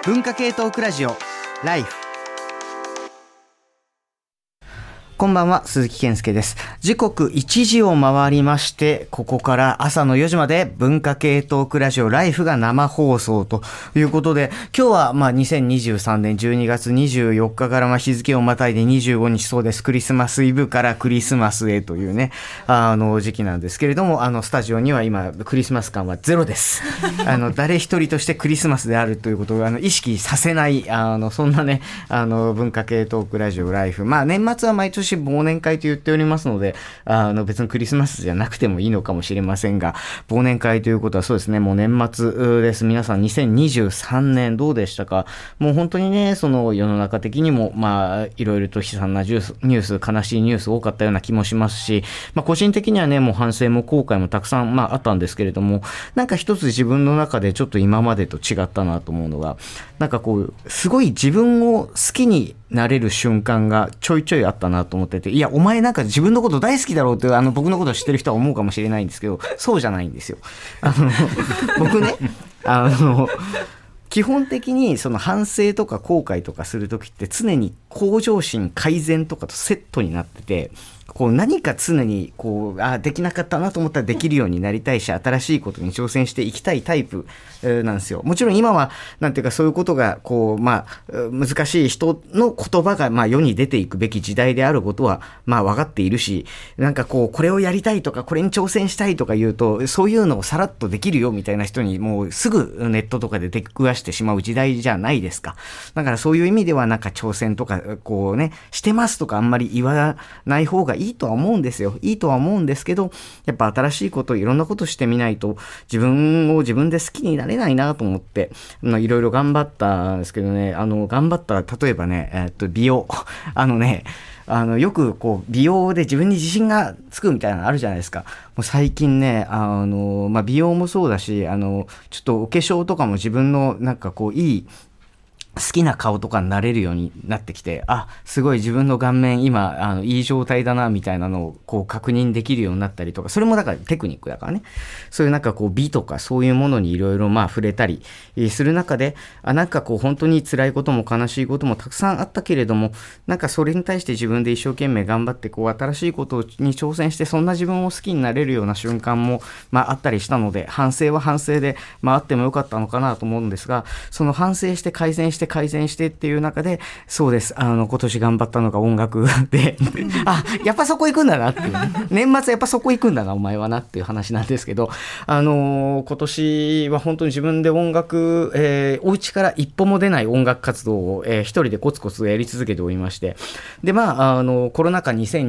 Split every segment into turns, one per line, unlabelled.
文化系トークラジオライフ。こんばんは、鈴木健介です。時刻1時を回りまして、ここから朝の4時まで文化系トークラジオライフが生放送ということで、今日は2023年12月24日から日付をまたいで25日、そうです、クリスマスイブからクリスマスへというね、時期なんですけれども、スタジオには今クリスマス感はゼロです。誰一人としてクリスマスであるということを意識させない、そんなね、文化系トークラジオライフ。年末は毎年忘年会と言っておりますので、別にクリスマスじゃなくてもいいのかもしれませんが、忘年会ということはそうですね、もう年末です。皆さん2023年どうでしたか？もう本当にね、その世の中的にもいろいろと悲惨なニュース、悲しいニュース多かったような気もしますし、個人的にはね、もう反省も後悔もたくさんあったんですけれども、なんか一つ自分の中でちょっと今までと違ったなと思うのが、なんかこうすごい自分を好きになれる瞬間がちょいちょいあったなと思ってて、いやお前なんか自分のこと大好きだろうって僕のことを知ってる人は思うかもしれないんですけど、そうじゃないんですよ。僕ね、基本的にその反省とか後悔とかするときって常に向上心改善とかとセットになってて、こう何か常にこうできなかったなと思ったらできるようになりたいし、新しいことに挑戦していきたいタイプなんですよ。もちろん今はなんていうか、そういうことがこう難しい人の言葉が世に出ていくべき時代であることは分かっているし、なんかこれをやりたいとかこれに挑戦したいとか言うと、そういうのをさらっとできるよみたいな人にもうすぐネットとかで出くわしてしまう時代じゃないですか。だからそういう意味ではなんか挑戦とかこうねしてますとかあんまり言わない方がいいとは思うんですよ。いいとは思うんですけど、やっぱ新しいこと、いろんなことしてみないと自分を自分で好きになれないなと思って、いろいろ頑張ったんですけどね、頑張った例えばね、美容よくこう美容で自分に自信がつくみたいなのあるじゃないですか。もう最近ね、美容もそうだし、ちょっとお化粧とかも自分のなんかこういい好きな顔とかになれるようになってきて、すごい自分の顔面今いい状態だなみたいなのをこう確認できるようになったりとか、それもだからテクニックだからね、そういうなんかこう美とかそういうものにいろいろ触れたりする中で、なんかこう本当に辛いことも悲しいこともたくさんあったけれども、なんかそれに対して自分で一生懸命頑張ってこう新しいことに挑戦して、そんな自分を好きになれるような瞬間もあったりしたので、反省は反省であってもよかったのかなと思うんですが、その反省して改善してっていう中で、そうです、今年頑張ったのが音楽でやっぱそこ行くんだなっていう、年末やっぱそこ行くんだなお前はなっていう話なんですけど、今年は本当に自分で音楽、お家から一歩も出ない音楽活動を、一人でコツコツやり続けておりまして、でコロナ禍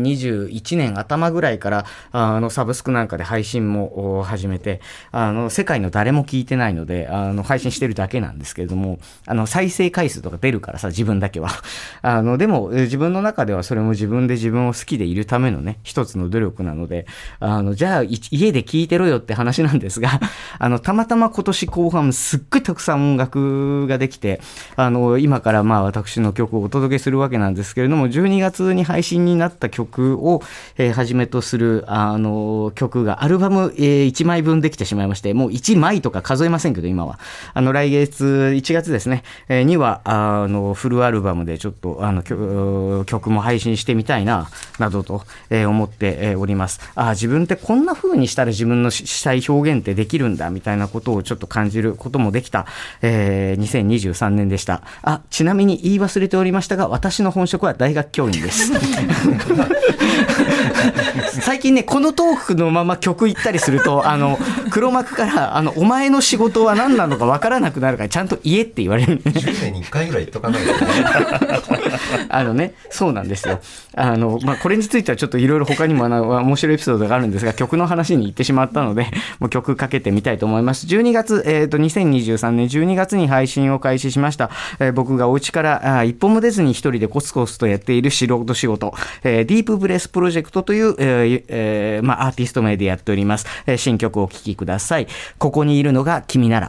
2021年頭ぐらいからサブスクなんかで配信も始めて、世界の誰も聞いてないので配信してるだけなんですけれども、再生回数とか出るからさ、自分だけはでも自分の中ではそれも自分で自分を好きでいるためのね一つの努力なので、じゃあ家で聞いてろよって話なんですが、たまたま今年後半すっごいたくさん音楽ができて、今から私の曲をお届けするわけなんですけれども、12月に配信になった曲を、はじめとする曲がアルバム、1枚分できてしまいまして、もう1枚とか数えませんけど今は来月1月ですね、にはフルアルバムでちょっと曲も配信してみたいななどと、思っております。自分ってこんな風にしたら自分のしたい表現ってできるんだみたいなことをちょっと感じることもできた、2023年でした。ちなみに言い忘れておりましたが、私の本職は大学教員です最近ねこのトークのまま曲行ったりすると黒幕からお前の仕事は何なのか分からなくなるからちゃんと言えって言われる
10年に1回ぐらい言っとかないと
ねそうなんですよ。これについてはちょっといろいろ他にも面白いエピソードがあるんですが、曲の話に行ってしまったのでもう曲かけてみたいと思います。12月、2023年12月に配信を開始しました、僕がお家から一歩も出ずに一人でコツコツとやっている素人仕事、ディープブレスプロジェクトという、アーティスト名でやっております。新曲をお聴きください。ここにいるのが君なら。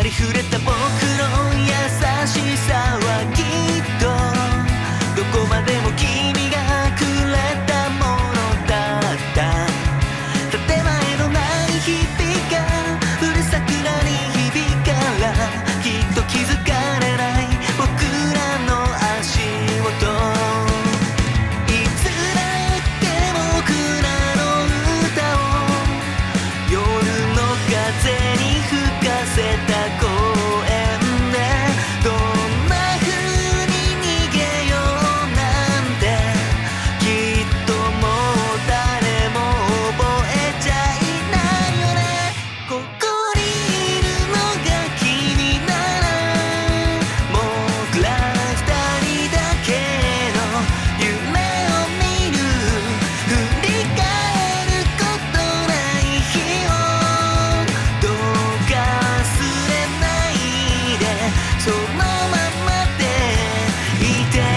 り触れた僕の優しさはきっとどこまでも君がくれたものだった建前のない日々がうるさくなり響からきっと気づかれない僕らの足音いつだって僕らの歌を夜の風に吹かせた公園でどんな風に逃げようなんてきっともう誰も覚えちゃいないよねここにいるのが君なら僕ら二人だけの夢を見る振り返ることない日をどうか忘れないでそのままでいて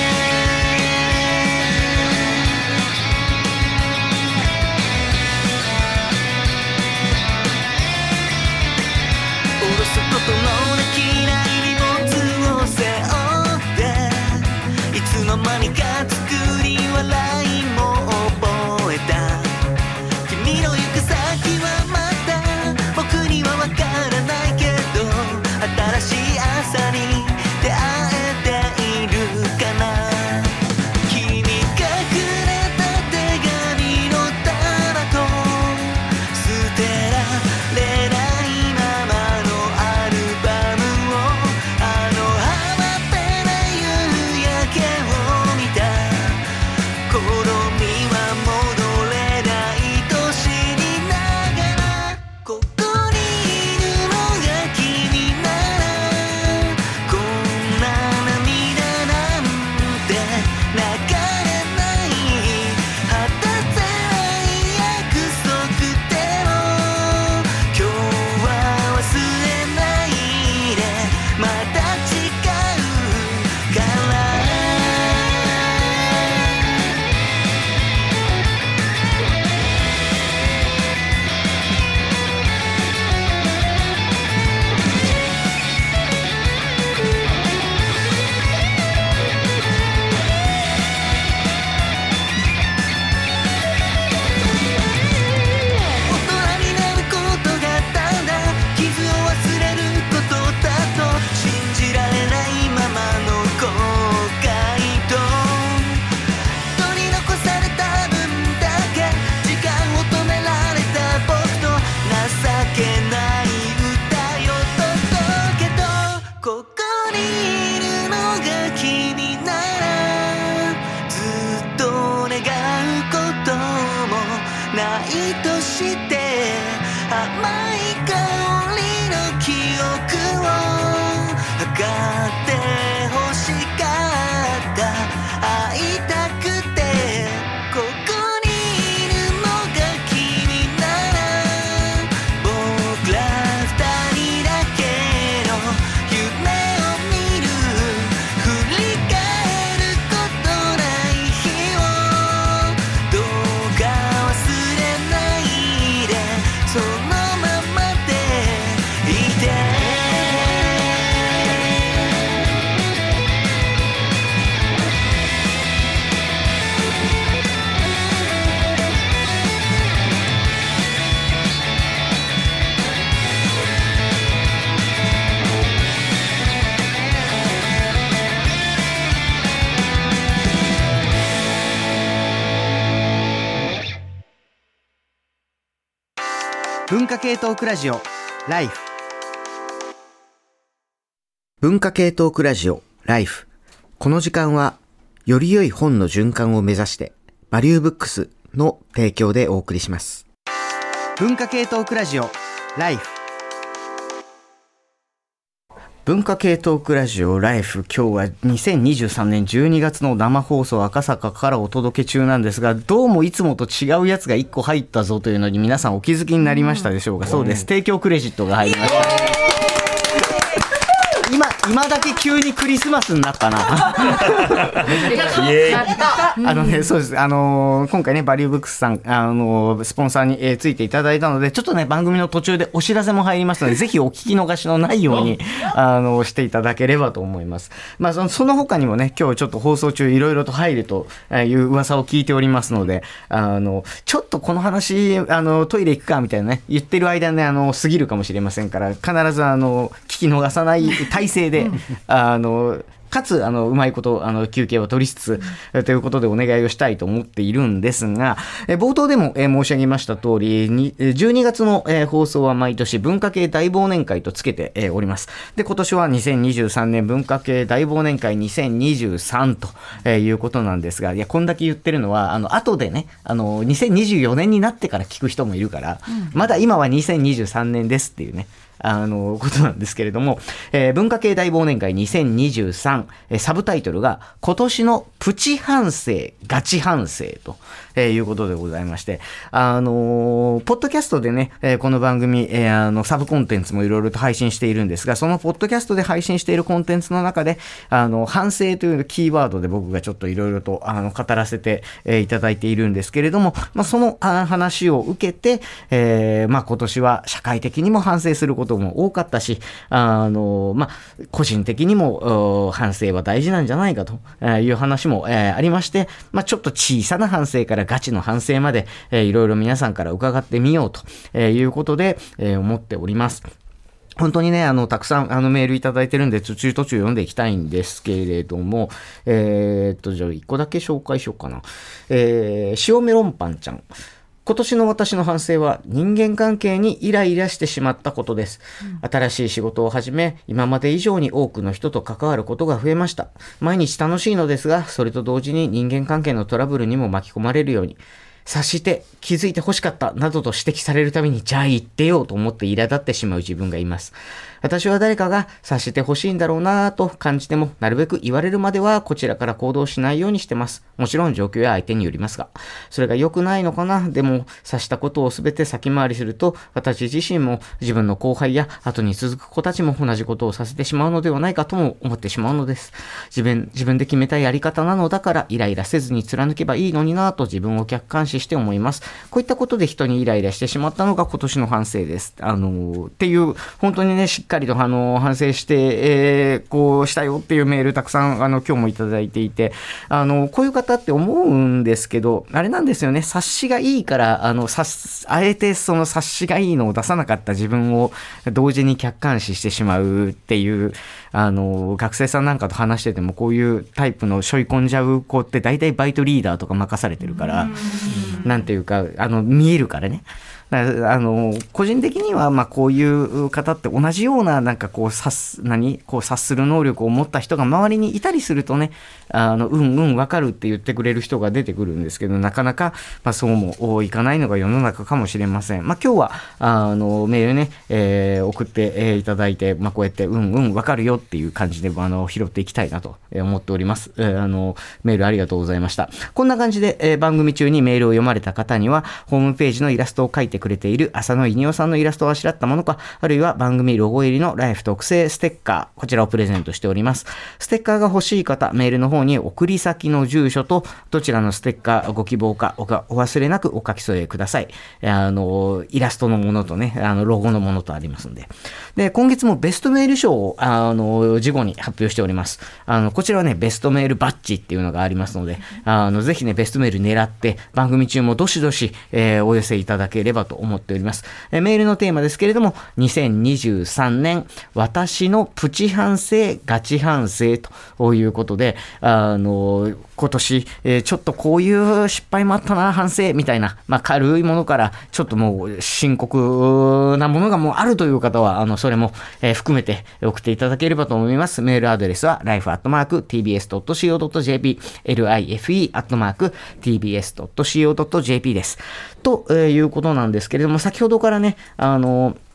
下ろすことのできない荷物を背負っていつの間にか作り笑いも覚えた君の行く先はまだ僕にはわからないけど新しい朝に出会えているかな君がくれた手紙の束と捨てられないままのアルバムをあの浜辺の夕焼けを見た頃には戻れない年にながらここにいるのが君ならこんな涙なんて流れない果たせない約束でも今日は忘れないでまた誓うから大人になることがただ傷を忘れることだと信じられないままの後悔と取り残された分だけ時間を止められた僕と情けない歌よ届けとここにいるのが君ならずっと願うこともないとして甘い香りの記憶を測って欲しかった会いたくてここにいるのが君なら僕ら二人だけの夢を見る振り返ることない日をどうか忘れないでそのままでいて
文化系トークラジオライフ文化系トークラジオライフこの時間はより良い本の循環を目指してバリューブックスの提供でお送りします文化系トークラジオライフ文化系トークラジオライフ今日は2023年12月の生放送赤坂からお届け中なんですがどうもいつもと違うやつが1個入ったぞというのに皆さんお気づきになりましたでしょうかそうです提供クレジットが入りました今今だけ急にクリスマスになったな。そうです。今回ね、バリューブックスさん、スポンサーに、ついていただいたので、ちょっとね、番組の途中でお知らせも入りますので、ぜひお聞き逃しのないように、していただければと思います。まあ、その他にもね、今日ちょっと放送中いろいろと入るという噂を聞いておりますので、ちょっとこの話、トイレ行くかみたいなね、言ってる間ね、過ぎるかもしれませんから、必ず聞き逃さない体制で、かつうまいこと休憩を取りつつということでお願いをしたいと思っているんですが、冒頭でも、申し上げました通りに12月の、放送は毎年文化系大忘年会とつけて、おります。で、今年は2023年文化系大忘年会2023と、いうことなんですが、いやこんだけ言ってるのは後でね2024年になってから聞く人もいるから、まだ今は2023年ですっていうねことなんですけれども、文化系大忘年会2023、サブタイトルが今年のプチ反省ガチ反省と、いうことでございまして、ポッドキャストでね、この番組、サブコンテンツもいろいろと配信しているんですが、そのポッドキャストで配信しているコンテンツの中で反省というキーワードで僕がちょっといろいろと語らせて、いただいているんですけれども、その話を受けて、今年は社会的にも反省することも多かったし、個人的にも反省は大事なんじゃないかという話も、ありまして、ちょっと小さな反省からガチの反省まで、いろいろ皆さんから伺ってみようということで、思っております。本当にね、たくさんメールいただいてるんで、途中読んでいきたいんですけれども、じゃあ一個だけ紹介しようかな。塩メロンパンちゃん。今年の私の反省は人間関係にイライラしてしまったことです。新しい仕事を始め、今まで以上に多くの人と関わることが増えました。毎日楽しいのですが、それと同時に人間関係のトラブルにも巻き込まれるように、察して気づいて欲しかったなどと指摘されるたびに、じゃあ言ってよと思って苛立ってしまう自分がいます。私は誰かが察して欲しいんだろうなぁと感じても、なるべく言われるまではこちらから行動しないようにしてます。もちろん状況や相手によりますが、それが良くないのかな。でも察したことをすべて先回りすると、私自身も自分の後輩や後に続く子たちも同じことをさせてしまうのではないかとも思ってしまうのです。自分で決めたやり方なのだからイライラせずに貫けばいいのになぁと自分を客観視して思います。こういったことで人にイライラしてしまったのが今年の反省です。っていう本当にね、しっかりと反省して、こうしたよっていうメールたくさん今日もいただいていて、こういう方って思うんですけど、あれなんですよね、察しがいいからあえてその察しがいいのを出さなかった自分を同時に客観視してしまうっていう、学生さんなんかと話してても、こういうタイプの背負い込んじゃう子って大体バイトリーダーとか任されてるから、なんていうか見えるからね。個人的にはこういう方って同じような察する能力を持った人が周りにいたりするとね、わかるって言ってくれる人が出てくるんですけど、なかなかそうもいかないのが世の中かもしれません。今日はメールね、送っていただいて、こうやってわかるよっていう感じで拾っていきたいなと思っております。メールありがとうございました。こんな感じで、番組中にメールを読まれた方にはホームページのイラストを書いてくれている浅野稲夫さんのイラストをあしらったものか、あるいは番組ロゴ入りのライフ特製ステッカー、こちらをプレゼントしております。ステッカーが欲しい方、メールの方に送り先の住所とどちらのステッカーご希望かお忘れなくお書き添えください。イラストのものとね、ロゴのものとありますんで。で、今月もベストメール賞を事後に発表しております。こちらはね、ベストメールバッジっていうのがありますので、ぜひね、ベストメール狙って番組中もどしどし、お寄せいただければと思っております。メールのテーマですけれども、2023年私のプチ反省ガチ反省ということで、今年、ちょっとこういう失敗もあったな、反省みたいな、軽いものからちょっともう深刻なものがもうあるという方はそれも、含めて送っていただければと思います。メールアドレスは life@tbs.co.jp life@tbs.co.jp です。ということなんですけれども、先ほどからね、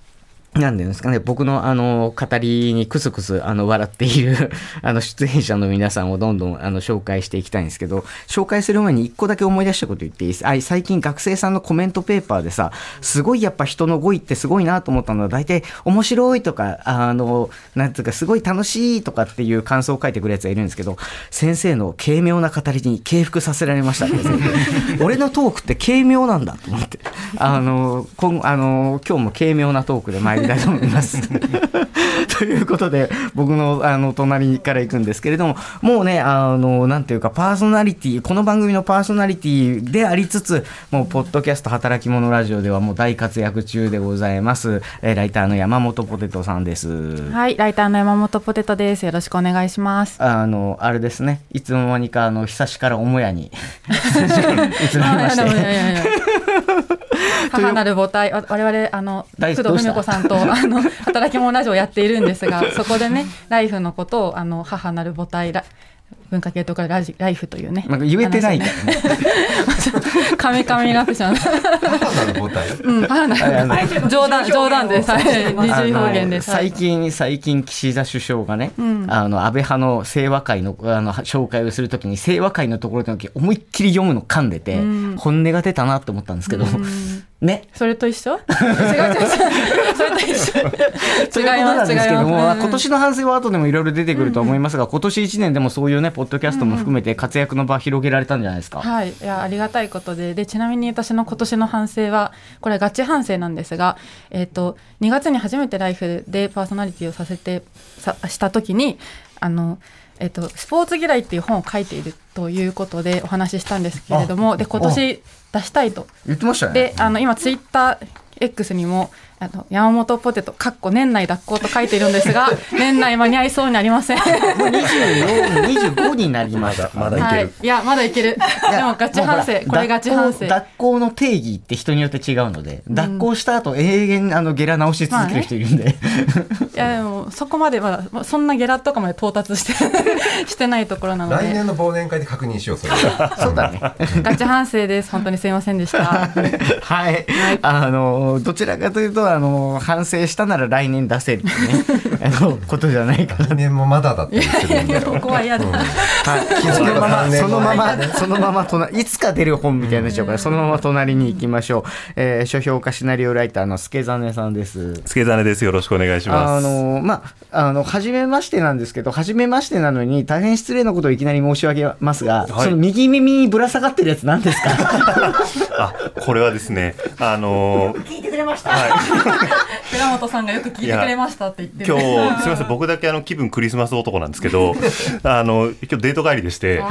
なんていうんですかね、僕の語りにクスクス笑っている出演者の皆さんをどんどん紹介していきたいんですけど、紹介する前に一個だけ思い出したこと言っていいです。最近学生さんのコメントペーパーでさ、すごいやっぱ人の語彙ってすごいなと思ったのは、大体面白いとかなんていうかすごい楽しいとかっていう感想を書いてくるやつがいるんですけど、先生の軽妙な語りに敬服させられました俺のトークって軽妙なんだと思って今日も軽妙なトークで参りたいと思いますということで僕の隣から行くんですけれども、もうねなんていうかパーソナリティ、この番組のパーソナリティでありつつ、もうポッドキャスト働き者ラジオではもう大活躍中でございます、ライターの山本ポテトさんです。
はい、ライターの山本ポテトです。よろしくお願いします。
あれですね、いつの間にか久しから母屋に移りまして
母なる母体、我々工藤文子さんと働き者ラジオをやっているんですが、そこでねライフのことを母なる母体文化系統からライフというね、
なんか言えてないからね
カミカミになってしまう
母なる母体、
母なる冗談です、二重表現です。
最近岸田首相がね、安倍派の清和会の紹介をするときに清和会のところで思いっきり読むの噛んでて、本音が出たなと思ったんですけど、ね、
それと一緒？違うそれと一緒
ということなんですけども、今年の反省は後でもいろいろ出てくると思いますが、今年1年でもそういうねポッドキャストも含めて活躍の場広げられたんじゃないですか。
はい、いやありがたいことで、ちなみに私の今年の反省はこれはガチ反省なんですが、2月に初めてライフでパーソナリティをした時にスポーツ嫌いっていう本を書いているということでお話ししたんですけれども、で今年出したいと
言ってましたね。
で今ツイッター X にも山本ポテト年内脱行と書いているんですが年内間に合いそうにありません。もう
25になりました。
まだいける、
はい、いやまだいける。でもガチ反省、これガチ反省。
脱行の定義って人によって違うので、脱行した後永遠ゲラ直し続ける人いるんで、
いやでもそこまでまだそんなゲラとかまで到達してないところなので、
来年の忘年会で確認しようそれ
そうだね
ガチ反省です。本当にすいませんでした
はい、どちらかというと反省したなら来年出せるってねことじゃないかな。
来年もまだだったりするんだよ
ここは嫌だ、
そのままいつか出る本みたいになっちゃうから、そのまま隣に行きましょう。書評家シナリオライターの助真さんです。
助真です。よろしくお願いします。
初めましてなんですけど、初めましてなのに大変失礼なことをいきなり申し上げますが、はい、その右耳にぶら下がってるやつ何ですか？
これはですね、
聞いてくれました、はい、寺本さんがよく聞いてくれましたって言ってる。
今日すみません、僕だけ気分クリスマス男なんですけど今日デート帰りでして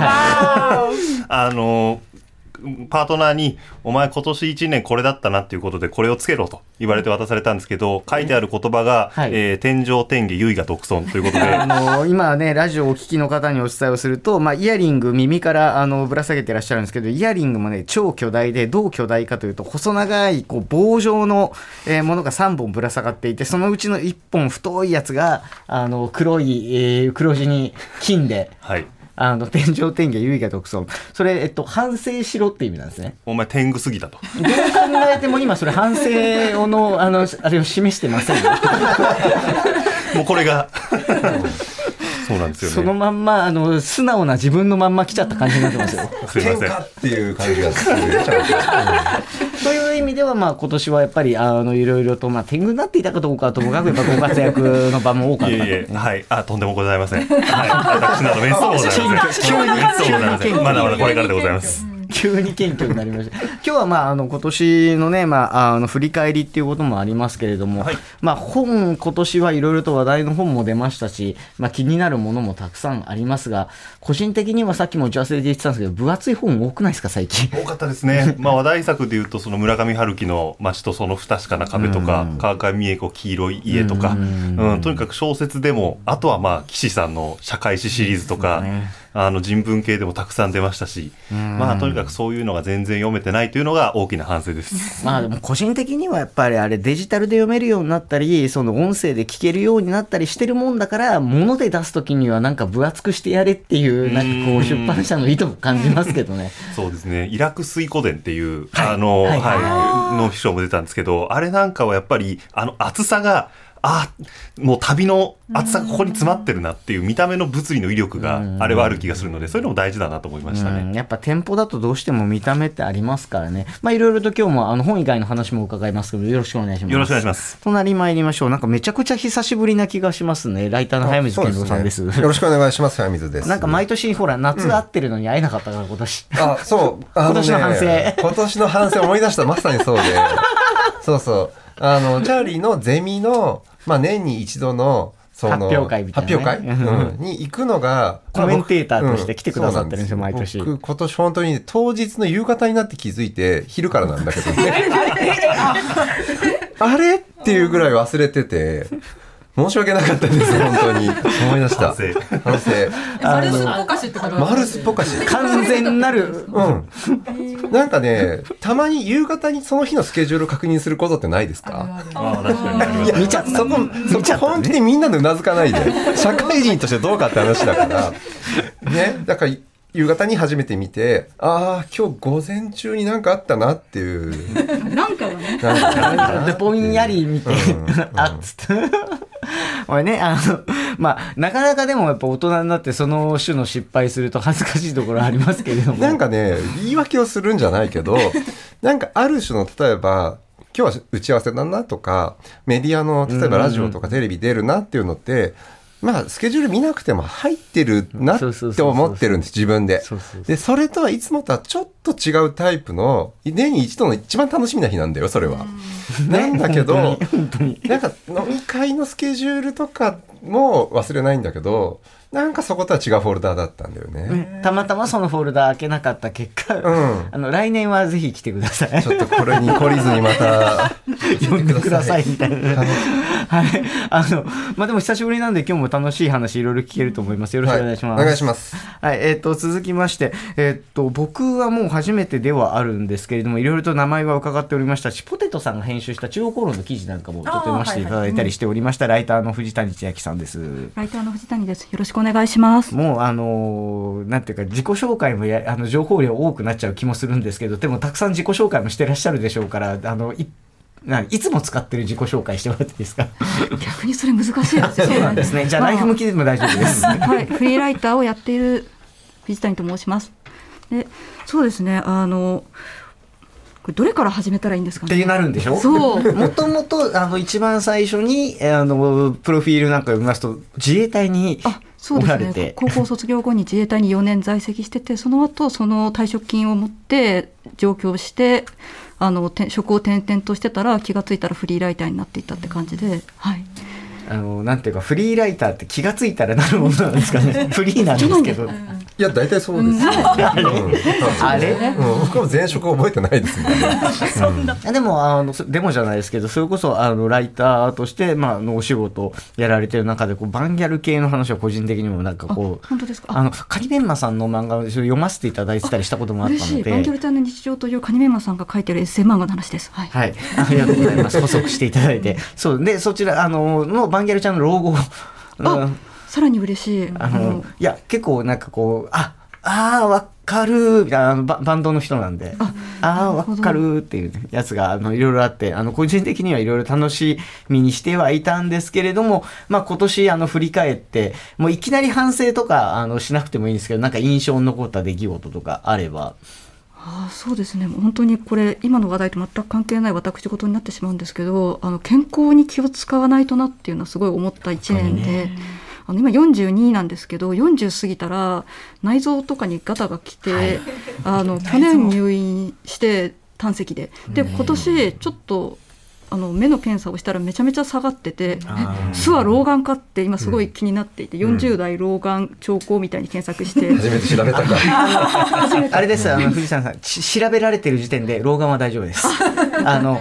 パートナーにお前今年1年これだったなっていうことでこれをつけろと言われて渡されたんですけど、書いてある言葉が、はい、天上天下唯我独尊ということで
今ねラジオをお聞きの方にお伝えをすると、イヤリング耳からぶら下げてらっしゃるんですけど、イヤリングもね超巨大で、どう巨大かというと細長い棒状の、ものが3本ぶら下がっていて、そのうちの1本太いやつが黒い、黒地に金で、はい、天上天下唯我独尊、それ、反省しろって意味なんですね。
お前天狗すぎだと。
どう考えても今それ反省のあれを示してませんよ
もうこれがそうなんですよね。
そのまんま素直な自分のまんま来ちゃった感じになってますよ
すいません、
喧嘩っていう感じがする
という意味では今年はやっぱりいろいろと天狗になっていたかどうかはともかくやっぱご活躍の場も多かった
はい、とんでもございません、はい、私などめっそうございません。まだまだこれからでございます。
急に謙虚になりました。今日は今年のね、振り返りっていうこともありますけれども、はい、今年はいろいろと話題の本も出ましたし、気になるものもたくさんありますが、個人的にはさっきも打ち合わせで言ってたんですけど、分厚い本多くないですか最近。
多かったですね話題作でいうとその村上春樹の街とその不確かな壁とか、川上美恵子黄色い家とか、とにかく小説でも、あとは岸さんの社会史シリーズとか、 人文系でもたくさん出ましたし、まあとにかくそういうのが全然読めてないというのが大きな反省です。
まあでも個人的にはやっぱりあれデジタルで読めるようになったり、その音声で聞けるようになったりしてるもんだから、物で出すときにはなんか分厚くしてやれっていうなんかこう出版社の意図も感じますけどね。
そうですね。イラク水湖伝っていうの書も出たんですけど、あれなんかはやっぱり厚さがもう旅の厚さがここに詰まってるなっていう見た目の物理の威力があれはある気がするので、そういうのも大事だなと思いましたね。
やっぱ店舗だとどうしても見た目ってありますからね。まあいろいろと今日も本以外の話も伺いますけど、よろしくお願いします。
よろしくお願いします。
隣参りましょう。なんかめちゃくちゃ久しぶりな気がしますね。ライターの早水健郎さんです。
よろしくお願いします。早水です。
なんか毎年ほら夏会ってるのに会えなかったから今年。
そう今
年の反省。
今年の反省思い出した。まさにそうで。そうそう。チャーリーのゼミの年に一度の
発表会みたいな、ね、
発表会、に行くのが
コメンテーターとして来てくださってるんですよ、毎年。
僕今年本当に当日の夕方になって気づいて昼からなんだけどねあれっていうぐらい忘れてて申し訳なかったです本当に思い出した反省
マルスポカシってこと
マルスポカシ
完全なる
なんかねたまに夕方にその日のスケジュールを確認することってないですか？
確かに。
いやそこ本気でみんなでうなずかないで社会人としてどうかって話だからね。だから夕方に初めて見て今日午前中になんかあったなっていう
なんかはね
でぼんやり見てあっつって俺ねなかなかでもやっぱ大人になってその種の失敗すると恥ずかしいところありますけれども
なんかね言い訳をするんじゃないけどなんかある種の例えば今日は打ち合わせだなとかメディアの例えばラジオとかテレビ出るなっていうのってスケジュール見なくても入ってるなって思ってるんです自分で。でそれとはいつもとはちょっと違うタイプの年に一度の一番楽しみな日なんだよそれは。なんだけどなんか飲み会のスケジュールとかも忘れないんだけどなんかそことは違うフォルダーだったんだよね。
たまたまそのフォルダー開けなかった結果、来年はぜひ来てください。
ちょっとこれに懲りずにまた
呼んでくださいみたいな。はいでも久しぶりなんで今日も楽しい話いろいろ聞けると思います。よろしくお願いします。
お願いします。
はい、続きまして、僕はもう初めてではあるんですけれどもいろいろと名前は伺っておりましたしポテトさんが編集した中央公論の記事なんかもちょっと読ませていただいたりしておりました。ライターの藤谷千秋さんです。
ライターの藤谷です。よろしくお願いします。
もうなんていうか自己紹介も情報量多くなっちゃう気もするんですけどでもたくさん自己紹介もしてらっしゃるでしょうからいつも使ってる自己紹介してもらっていいですか？
逆にそれ難しいですよね。
そうなんですね。じゃあライフ向きでも大丈夫です。
はい、フリーライターをやっている藤谷と申します。で、そうですね。これどれから始めたらいいんですかね。
ってなるんでしょ。
そう。
もともと一番最初にプロフィールなんか読みますと自衛隊に
そうですね、高校卒業後に自衛隊に4年在籍しててその後その退職金を持って上京して職を転々としてたら気がついたらフリーライターになっていったって感じで、はい、
なんていうかフリーライターって気がついたらなるものなんですかね。フリーなんですけど
いや大体そうです、
あれ、
僕は前職覚えてないですね。
でもでもじゃないですけどそれこそライターとして、お仕事やられてる中でバンギャル系の話は個人的にもなんか
本当ですか。
カニメンマさんの漫画を読ませていただいてたりしたこともあったので
嬉しい。バンギャルちゃんの日常というカニメンマさんが書いてるエッセイ漫画の話です。はい、
はい、ありがとうございます。補足していただいてそうでそちらのバンギャルちゃんのロゴ
さらに嬉しい。
いや結構なんかわかるみたいなバンドの人なんでわかるっていうやつがいろいろあって個人的にはいろいろ楽しみにしてはいたんですけれども、今年振り返ってもういきなり反省とかしなくてもいいんですけどなんか印象に残った出来事とかあれば。
そうですね。本当にこれ今の話題と全く関係ない私事になってしまうんですけど健康に気を使わないとなっていうのはすごい思った1年で、今42なんですけど40過ぎたら内臓とかにガタが来て、去年入院して胆石で今年ちょっと目の検査をしたらめちゃめちゃ下がってて巣は老眼かって今すごい気になっていて、40代老眼兆候みたいに検索して
初めて調べたか
あれです藤谷さん調べられてる時点で老眼は大丈夫です。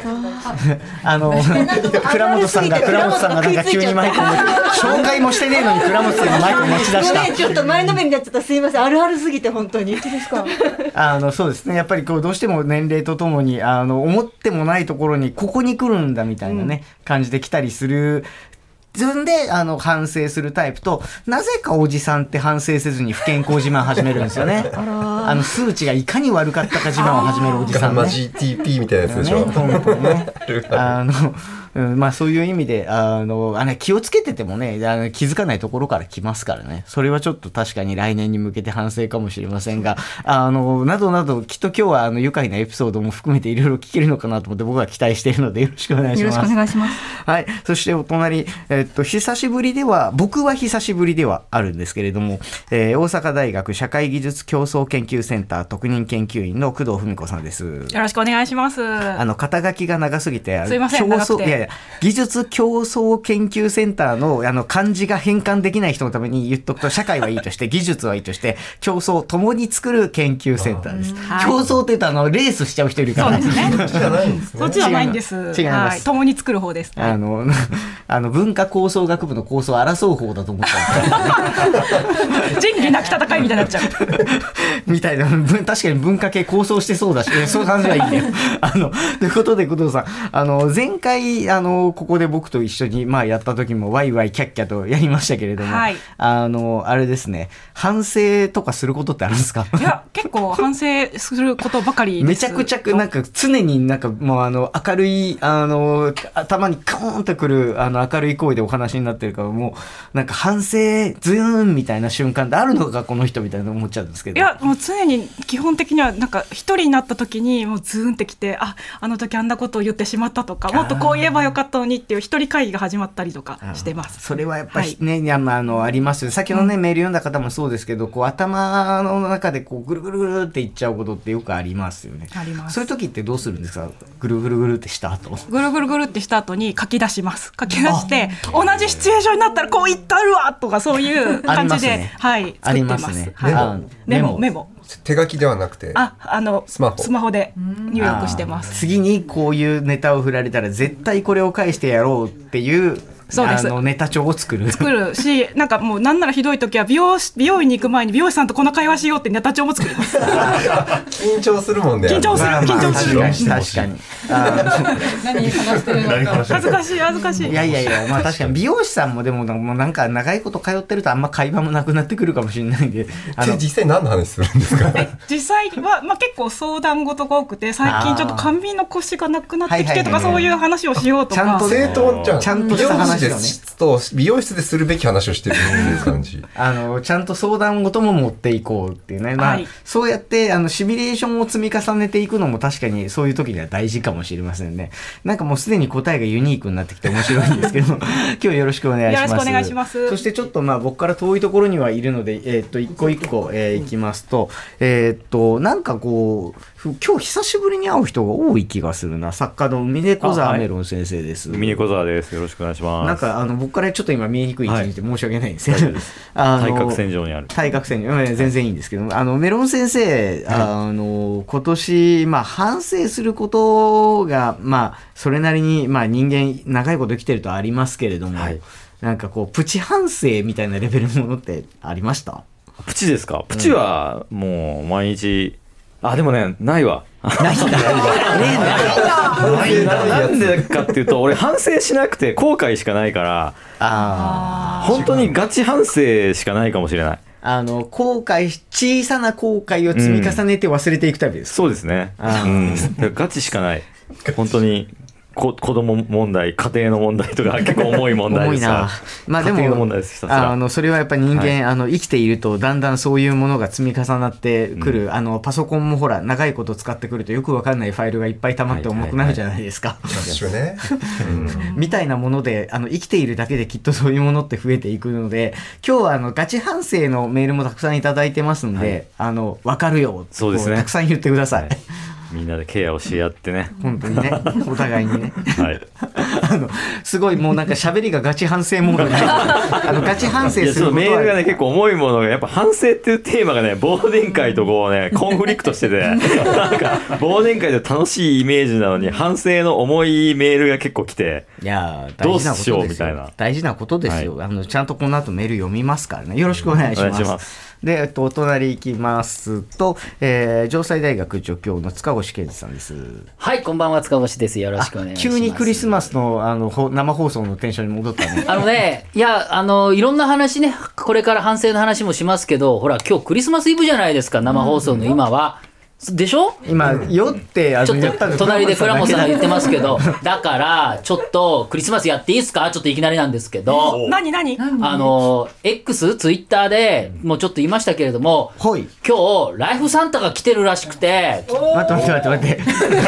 倉本さんがなんか急にマイクを紹介もしてねえのに倉本さんがマイクを持ち出した。
ちょっと前のめりになっちゃった、すいません、あるあるすぎて本当に。ですか。
そうですね、やっぱりこうどうしても年齢とともに思ってもないところにここに来るんだみたいなね、感じで来たりする。自分で反省するタイプと、なぜかおじさんって反省せずに不健康自慢始めるんですよね。数値がいかに悪かったか自慢を始めるおじさんね。
ガンマ GTP みたいなやつでしょ。
本当にね。まあそういう意味で気をつけててもね、気づかないところから来ますからね。それはちょっと確かに来年に向けて反省かもしれませんが、などなどきっと今日は愉快なエピソードも含めていろいろ聞けるのかなと思って僕は期待しているのでよろしくお願いします。
よろしくお願いします。
はい。そしてお隣、僕は久しぶりではあるんですけれども、大阪大学社会技術競争研究センター特任研究員の工藤文子さんです。
よろしくお願いします。
肩書きが長すぎて、
すいません、長くて。
技術競争研究センターの漢字が変換できない人のために言っとくと、社会はいいとして技術はいいとして競争ともに作る研究センターです。競争って言うとレースしちゃう人いるから。
そうですね。
そっちじゃないんですね。
そっちじゃないんです。
違います。
ともに作る方です。
文化構想学部の構想を争う方だと思った
仁義なき戦いみたいになっちゃう
みたいな。確かに文化系構想してそうだし、そういう感じはいいんだよ。ということで工藤さん、前回ここで僕と一緒にやった時もワイワイキャッキャとやりましたけれども、はい、あれですね、反省とかすることってあるんですか？
いや、結構反省することばかりです。
めちゃくちゃなんか常になんかもう明るい頭にカーンとくる明るい声でお話になってるから、もうなんか反省ズーンみたいな瞬間ってあるのかこの人みたいな思っちゃうんですけど。
いや、もう常に基本的にはなんか一人になった時にもうズーンってきて、あの時あんなことを言ってしまったとか、もっとこう言えばよかったのにっていう一人会議が始まったりとかしてます。
それはやっぱりね、ありますよ。先ほどね、メール読んだ方もそうですけど、こう頭の中でこうぐるぐるぐるっていっちゃうことってよくありますよね。
あります。
そういう時ってどうするんですか？ぐるぐるぐるってした後。
ぐるぐるぐるってした後に書き出します。書き出して同じシチュエーションになったらこう言ったるわとか、そういう感じで、
ね、
はい、作ってます。
ありますね。
はい、メモ。
手書きではなくてスマホで
入力してます。
次にこういうネタを振られたら絶対これを返してやろうっていう
そうです
ネタ帳を作る
し、なんかもうなんならひどい時は美容院に行く前に美容師さんとこの会話しようってネタ帳も作ります
緊張するもんね。
緊張する。
確かに
何話してるのか
恥ずかしい。
いや、まあ確かに美容師さんもでもなんか長いこと通ってるとあんま会話もなくなってくるかもしれないんで、
実際何の話するんですか？
実際は、結構相談事が多くて、最近ちょっと髪の腰がなくなってきてとか、そういう話をしようとか、
ちゃんと
正当じゃん。
ちゃんとした話
美容室でするべき話をしてるっていう感じ。
ちゃんと相談事も持っていこうっていうね、そうやってシミュレーションを積み重ねていくのも確かにそういう時には大事かもしれませんね。なんかもうすでに答えがユニークになってきて面白いんですけど今日よろしくお願いします。
よろしくお願いします。
そしてちょっと僕から遠いところにはいるので、一個一個、いきますと、なんかこう今日久しぶりに会う人が多い気がするな。作家の峰小沢メロン先生です。
峰小沢です。よろしくお願いします。
なんか僕からちょっと今見えにくい位置にいて申し訳ないんですけど、
対角線上にある。
対角線上、全然いいんですけど、メロン先生、今年反省することがそれなりに人間長いこと生きてるとありますけれども、なんかこうプチ反省みたいなレベルのものってありました？
プチですか？プチはもう毎日、でもね、ないわ。なんでかっていうと、俺反省しなくて後悔しかないから、本当にガチ反省しかないかもしれない。
小さな後悔を積み重ねて忘れていくタイプですか？
そうですね。ガチしかない。本当に。子供問題、家庭の問題とか結構重い問題ですから。
でも
家庭の問題です。
それはやっぱり人間、生きているとだんだんそういうものが積み重なってくる。パソコンもほら長いこと使ってくるとよくわかんないファイルがいっぱい溜まって重くなるじゃないですか。みたいなもので生きているだけできっとそういうものって増えていくので、今日はガチ反省のメールもたくさんいただいてますので、わかるよ
そうですね、
たくさん言ってください。
みんなでケアをし合ってね。
本当にね、お互いにね。
はい。
すごいもうなんか喋りがガチ反省モードにガチ反省することは
メールがね結構重いものがやっぱ反省っていうテーマがね忘年会とこうねコンフリクトしててなんか忘年会で楽しいイメージなのに反省の重いメールが結構来て、
いや
どうしようみたいな
大事なことですよ、ちゃんとこの後メール読みますからね。よろしくお願いします。で、お隣行きますと、城西大学助教の塚越健二さんです。
はい、こんばんは、塚越です。よろしくお願いします。
急にクリスマスの生放送のテンションに戻ったね。
いやいろんな話ね、これから反省の話もしますけど、ほら今日クリスマスイブじゃないですか、生放送の今は。でしょ
今酔って
ちょっと隣で倉本さんが言ってますけどだからちょっとクリスマスやっていいですか。ちょっといきなりなんですけど
何
X ツイッターでもうちょっと言いましたけれども、今日ライフサンタが来てるらしくて
待って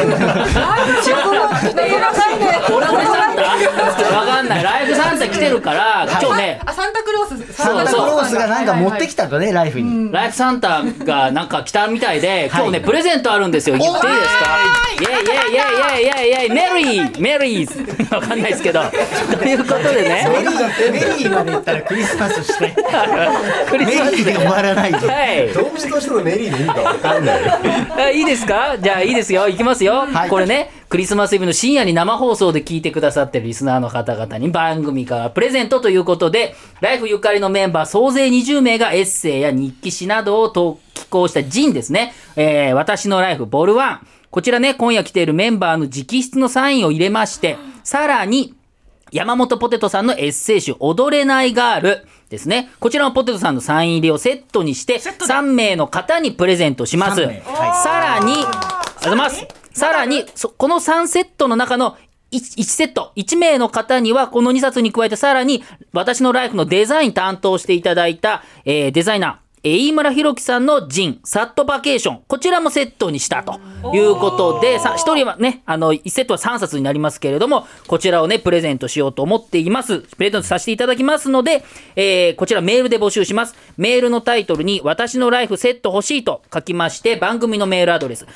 オラオレサンタわかんない。ライフサンタ来てるから今日ね
サンタクロース
サンタクロースがなんか持ってきたとねライフに
ライフサンタがなんか来たみたいで今日ねプレゼントあるんですよ。言っていいですか。イエイイエイイエイイエイイエイメリーわかんないですけどということでね
メリーまで言ったらクリスマスして
クリスマス
で終わらないで、
はい、
動物としてのメリーでいいかわかんない
いいですか。じゃあいいですよ、いきますよ、これねクリスマスイブの深夜に生放送で聞いてくださってるリスナーの方々に番組からプレゼントということで、ライフゆかりのメンバー総勢20名がエッセイや日記詩などを寄稿したジンですね、私のライフボル1、こちらね今夜来ているメンバーの直筆のサインを入れまして、さらに山本ポテトさんのエッセイ集踊れないガールですね、こちらのポテトさんのサイン入りをセットにして3名の方にプレゼントします。さらにさらにこの3セットの中の1セット1名の方にはこの2冊に加えてさらに私のライフのデザイン担当していただいた、デザイナー飯村弘樹さんのジンサットバケーション、こちらもセットにしたということで、1人はね1セットは3冊になりますけれども、こちらをねプレゼントしようと思っています。プレゼントさせていただきますので、こちらメールで募集します。メールのタイトルに私のライフセット欲しいと書きまして、番組のメールアドレス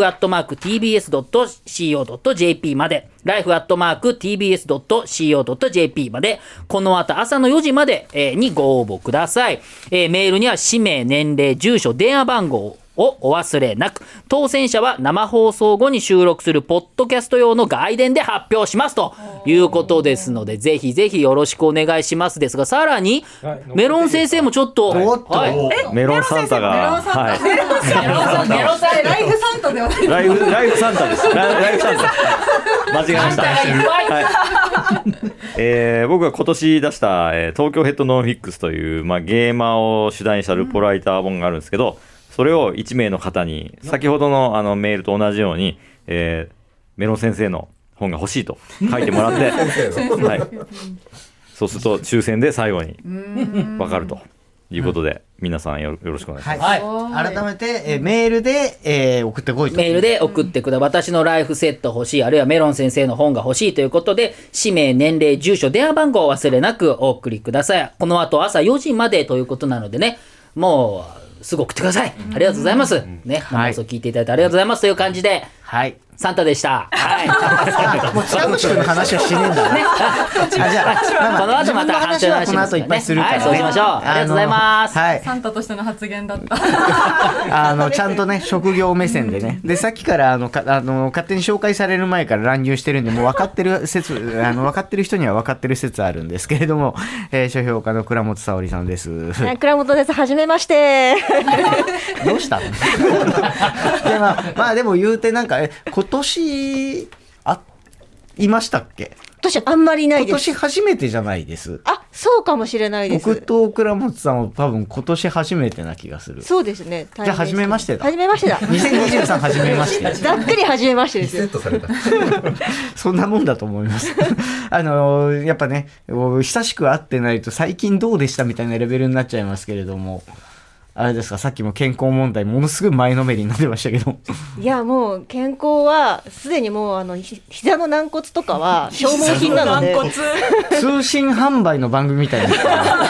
life@tbs.co.jp までlife@tbs.co.jp まで、この後朝の4時までにご応募ください。メールには氏名、年齢、住所、電話番号をお忘れなく。当選者は生放送後に収録するポッドキャスト用の外伝で発表しますということですので、ぜひぜひよろしくお願いしますですが、さらにメロン先生もちょっと、
メロンサンタが
メロンサンタライフサンタではない
ライフサンタですライフサンタ間違えました、僕が今年出した、東京ヘッドノンフィックスという、ゲーマーを主題にしたルポライター本があるんですけど、それを1名の方に先ほどのメールと同じように、メロン先生の本が欲しいと書いてもらって、はい、そうすると抽選で最後に分かるということで、皆さんよろしくお願いします。
改めて、メールで、送ってこいと。
メールで送ってください。私のライフセット欲しい、あるいはメロン先生の本が欲しいということで、氏名、年齢、住所、電話番号を忘れなくお送りください。この後朝4時までということなのでね、もうすぐ送ってください。ありがとうございます。ね、生放送聞いていただいてありがとうございますという感じで、サンタでした。
もう塚越君の話はしねえんだね。
じゃあこの後また反省の話もいっぱいするからね。そうしましょう。ありがとうございます。
サンタとしての発言だった。
ちゃんとね職業目線でね。でさっきから勝手に紹介される前から乱入してるんで、もう分かってる説分かってる人には分かってる説あるんですけれども、書評家の倉本沙織さんです。
倉本です。はじめまして。
どうしたの？でまあでも言うてなんか今年いましたっけ？
今年あんまりないです。
今年初めてじゃないです。
あ、そうかもしれないです。
僕と倉本さんは多分今年初めてな気がする。
そうですね。
じゃあ初めましてだ。
初めましてだ。
2023初めまして。
ざっくり初めましてです。
リセットされた。
そんなもんだと思います。やっぱね、久しく会ってないと最近どうでしたみたいなレベルになっちゃいますけれども。あれですか、さっきも健康問題ものすごい前のめりになってましたけど、
いやもう健康はすでにもう膝の軟骨とかは消耗品なので
通信販売の番組みたいな。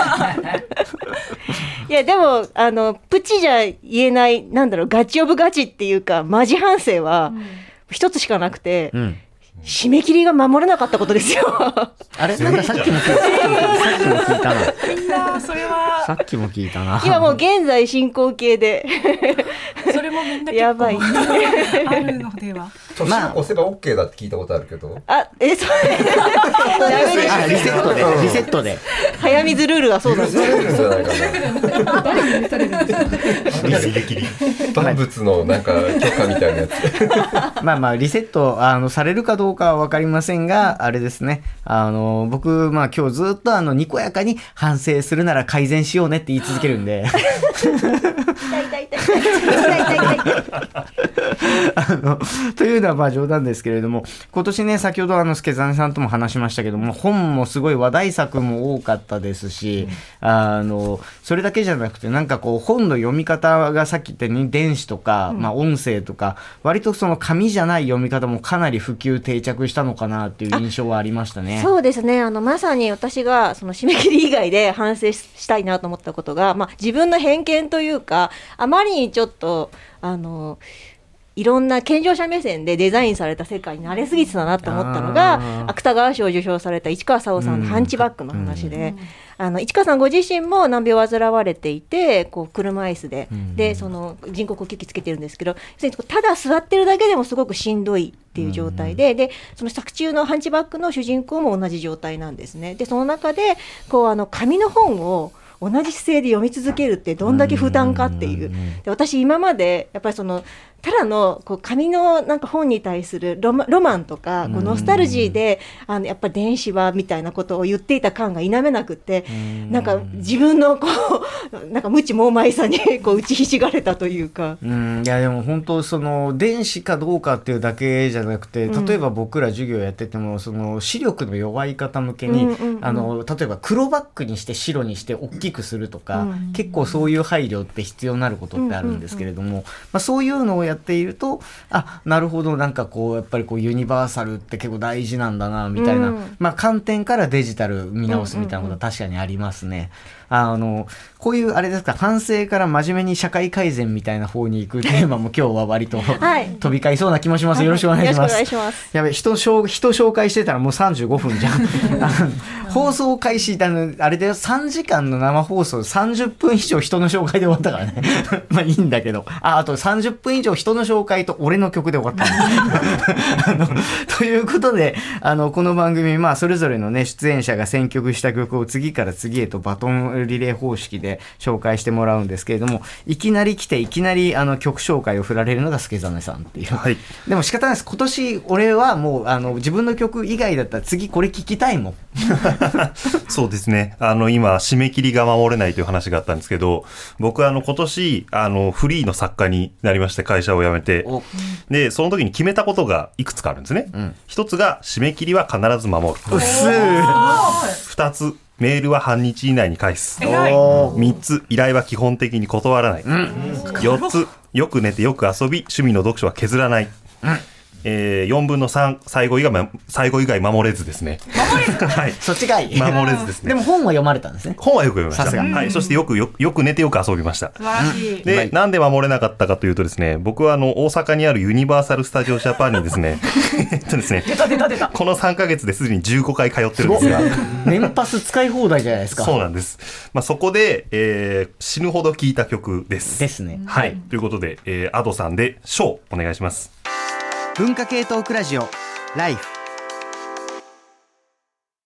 いやでもプチじゃ言えない、なんだろう、ガチオブガチっていうかマジ反省は一つしかなくて、 締め切りが守れなかったことですよ。
あれなんかさっきも聞いたな。
みんなそれは
さっきも聞いたな。
今もう現在進行形で
それもみんな
やばい
あるのでは。
年を越せば OK だって聞いたことあるけど、
それダメでしょ。
リセットでリセットで
早水ルールがそうなんですよ。
許されるんじゃないかな。
誰に許されるんですか。
締め切り
万物のなんか許可みたいなやつ。
まあリセットされるかどうかは分かりませんが、あれですね、僕今日ずっとにこやかに反省するなら改善しようねって言い続けるんでというのはまあ冗談ですけれども、今年ね、先ほど助真さんとも話しましたけども、本もすごい話題作も多かったですし、それだけじゃなくてなんかこう本の読み方がさっき言ったように電子とか、音声とか割とその紙じゃない読み方もかなり普及定着したのかなっていう印象はありましたね。
そうですね。まさに私がその締め切り以外で反省したいなと思ったことが、自分の偏見というか、あまりにちょっといろんな健常者目線でデザインされた世界に慣れすぎてたなと思ったのが、芥川賞を受賞された市川沙央さんのハンチバックの話で、市川さんご自身も難病を患われていて、こう車椅子で、でその人工呼吸器つけてるんですけど、ただ座ってるだけでもすごくしんどいっていう状態で、その作中のハンチバックの主人公も同じ状態なんですね。でその中でこう紙の本を同じ姿勢で読み続けるってどんだけ負担かっていう。で私今までやっぱりただのこう紙のなんか本に対するロマンとかこうノスタルジーでやっぱり電子はみたいなことを言っていた感が否めなくって、なんか自分のこうなんか無知猛昧さにこう打ちひしがれたというか。
いやでも本当電子かどうかっていうだけじゃなくて、例えば僕ら授業やってても視力の弱い方向けに、例えば黒バックにして白にして大きくするとか、結構そういう配慮って必要になることってあるんですけれども、そういうのをやっていると、なるほど、なんかこうやっぱりこうユニバーサルって結構大事なんだなみたいな、観点からデジタル見直すみたいなことは確かにありますね。こういうあれですか、反省から真面目に社会改善みたいな方に行くテーマも今日は割と、飛び交いそうな気もします。よろしくお願いします。
よろしくお願いします。
やべ、人紹介してたらもう35分じゃん放送開始あれだよ、3時間の生放送30分以上人の紹介で終わったからねまあいいんだけど、あと30分以上人の紹介と俺の曲で終わったということで、この番組、それぞれのね出演者が選曲した曲を次から次へとバトンリレー方式で紹介してもらうんですけれども、いきなり来ていきなり曲紹介を振られるのが助真さんっていう、でも仕方ないです。今年俺はもう自分の曲以外だったら次これ聴きたいもん
そうですね。今締め切りが守れないという話があったんですけど、僕今年フリーの作家になりまして、会社を辞めて、でその時に決めたことがいくつかあるんですね。一つが締め切りは必ず守る。二つ、メールは半日以内に返す。3つ、依頼は基本的に断らない。4つ、よく寝てよく遊び、趣味の読書は削らない。4分の3、最後以外守れずですね。はい、
そっちがいい。
守れずですね。
でも本は読まれたんですね。
本はよく読みました。
さすが。
はい、そしてよく寝てよく遊びました。
素晴らしい。
で、なんで守れなかったかというとですね、僕は大阪にあるユニバーサル・スタジオ・ジャパンにですねですね、
出た
この3ヶ月ですでに15回通ってるんですが、
年パス使い放題じゃないですか。
そうなんです。そこで、死ぬほど聴いた曲です。
ですね。
はい。ということで、Adoさんでショーお願いします。
文化系トークラジオライフ。